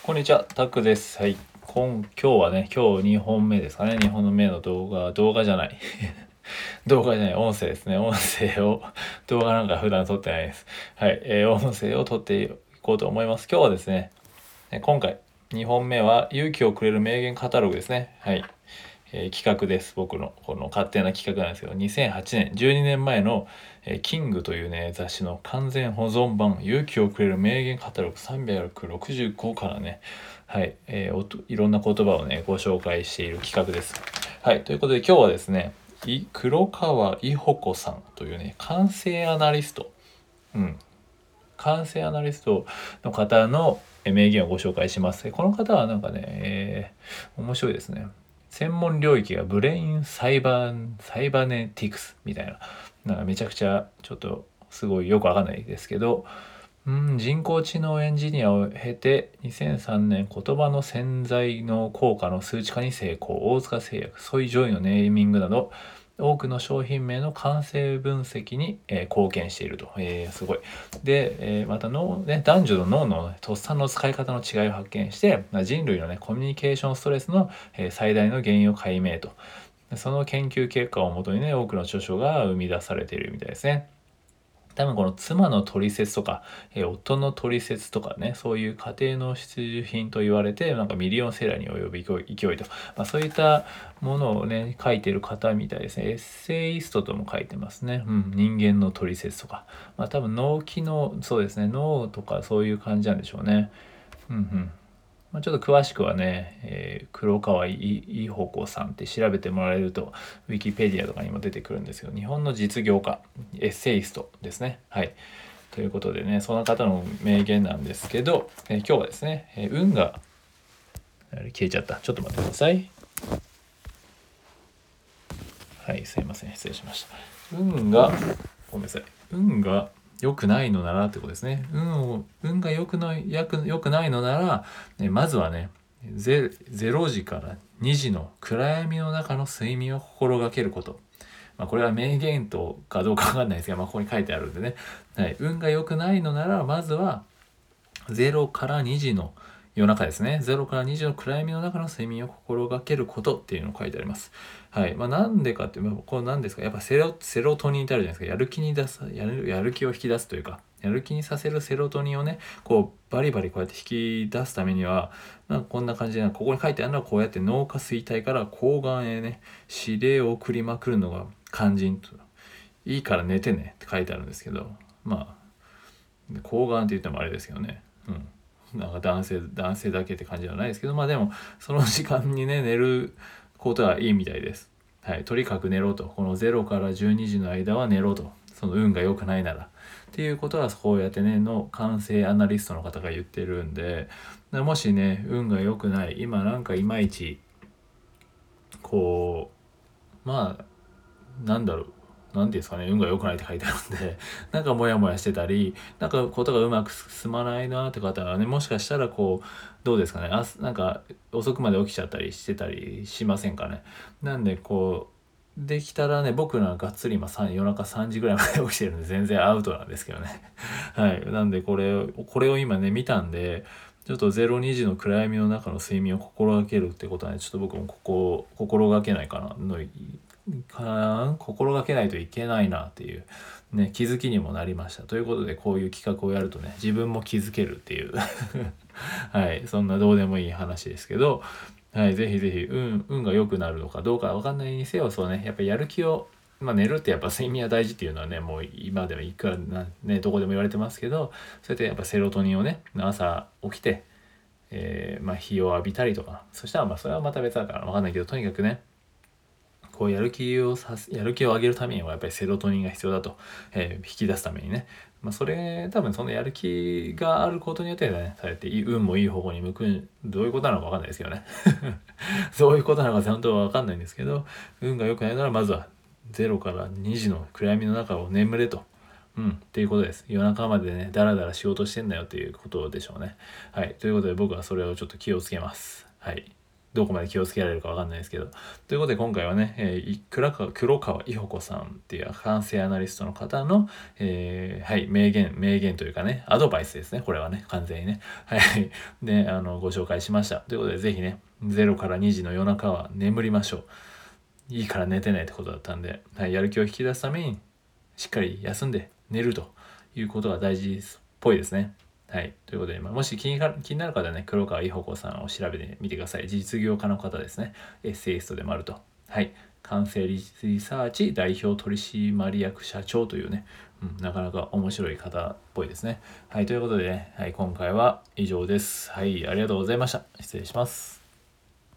こんにちは、タクです。はい。今日はね、今日2本目ですかね。2本目の動画じゃない。動画じゃない、音声ですね。音声を、動画なんか普段撮ってないです。はい。音声を撮っていこうと思います。今日はですね、今回、2本目は勇気をくれる名言カタログですね。はい。企画です。僕のこの勝手な企画なんですけど、2008年、12年前の、キングというね、雑誌の完全保存版、勇気をくれる名言カタログ365からね、はい、いろんな言葉をね、ご紹介している企画です。はい、ということで今日はですね、黒川伊保子さんというね、感性アナリスト、うん、感性アナリストの方の名言をご紹介します。この方はなんかね、面白いですね。専門領域がブレインサイバネティクスみたいな、なんかめちゃくちゃちょっとすごいよくわかんないですけど、人工知能エンジニアを経て2003年言葉の潜在の効果の数値化に成功。大塚製薬、ソイジョイのネーミングなど多くの商品名の感性分析に、貢献していると。すごい。で、また男女の脳の、とっさの使い方の違いを発見して、人類のね、コミュニケーションストレスの、最大の原因を解明と。その研究結果をもとにね、多くの著書が生み出されているみたいですね。多分この妻の取説とか、夫の取説とかね、そういう家庭の必需品と言われて、なんかミリオンセラーに及ぶ勢いと、そういったものをね、書いてる方みたいですね。エッセイストとも書いてますね。人間の取説とか。多分脳機能、そうですね、脳とかそういう感じなんでしょうね。ちょっと詳しくはね、黒川伊保子さんって調べてもらえると、ウィキペディアとかにも出てくるんですけど、日本の実業家、エッセイストですね。はい。ということでね、その方の名言なんですけど、今日はですね、運が、消えちゃった。ちょっと待ってください。はい、すいません。失礼しました。ごめんなさい。運が良くないのならってことですね。運が良くないのなら、まずはね、0時から2時の暗闇の中の睡眠を心がけること。これは名言とかどうかわかんないですが、ここに書いてあるんでね。はい、運が良くないのなら、まずは0から2時の夜中ですね。0から2時の暗闇の中の睡眠を心がけることっていうのを書いてあります。はい。なんでかっていうと、これ何ですか？やっぱセロトニンってあるじゃないですか。やる気を引き出すというか、やる気にさせるセロトニンをね、こう、バリバリこうやって引き出すためには、こんな感じで、ここに書いてあるのはこうやって脳下垂体から睾丸へね、指令を送りまくるのが肝心と。いいから寝てねって書いてあるんですけど、睾丸って言ってもあれですけどね。なんか男性だけって感じではないですけど、でも、その時間にね、寝ることはいいみたいです。はい。とにかく寝ろと。この0から12時の間は寝ろと。その運が良くないなら。っていうことは、こうやってね、感性アナリストの方が言ってるんで、もしね、運が良くない、今なんかいまいち、こなんだろう。なんていうんですかね、運が良くないって書いてあるんで、なんかモヤモヤしてたり、なんかことがうまく進まないなって方はね、もしかしたらどうですかね、なんか遅くまで起きちゃったりしてたりしませんかね。なんでできたらね、僕らはがっつり今夜中3時ぐらいまで起きてるんで全然アウトなんですけどね。はい。なんでこれを今ね、見たんで、ちょっと02時の暗闇の中の睡眠を心がけるってことはね、ちょっと僕も心がけないかな心がけないといけないなっていう、ね、気づきにもなりました。ということで、こういう企画をやるとね、自分も気づけるっていうはい、そんなどうでもいい話ですけど、はい、ぜひぜひ、運が良くなるのかどうかわかんないにせよ、そうね、やっぱりやる気を、寝るってやっぱ睡眠は大事っていうのはね、もう今でもいくらね、どこでも言われてますけど、そうやってやっぱセロトニンをね、朝起きて、日を浴びたりとか、そしたらそれはまた別だからわかんないけど、とにかくね、やる気を上げるためにはやっぱりセロトニンが必要だと、引き出すためにね。それ、多分そのやる気があることによってね、されて運もいい方向に向く、どういうことなのかわかんないですけどね。そういうことなのか本当はわかんないんですけど、運が良くないならまずは0から2時の暗闇の中を眠れと。っていうことです。夜中までね、だらだら仕事してんだよっていうことでしょうね。はい。ということで僕はそれをちょっと気をつけます。はい。 どこまで気をつけられるかわかんないですけど。ということで今回はね、黒川伊保子さんっていう感性アナリストの方の、はい、名言というかね、アドバイスですね。これはね、完全にね。はい。で、ご紹介しました。ということで、ぜひね、0から2時の夜中は眠りましょう。いいから寝てないってことだったんで、はい、やる気を引き出すために、しっかり休んで寝るということが大事っぽいですね。はい。ということで、もし気になる方はね、黒川伊保子さんを調べてみてください。実業家の方ですね。エッセイストでもあると。はい。完成リサーチ代表取締役社長というね、なかなか面白い方っぽいですね。はい。ということでね、はい、今回は以上です。はい。ありがとうございました。失礼します。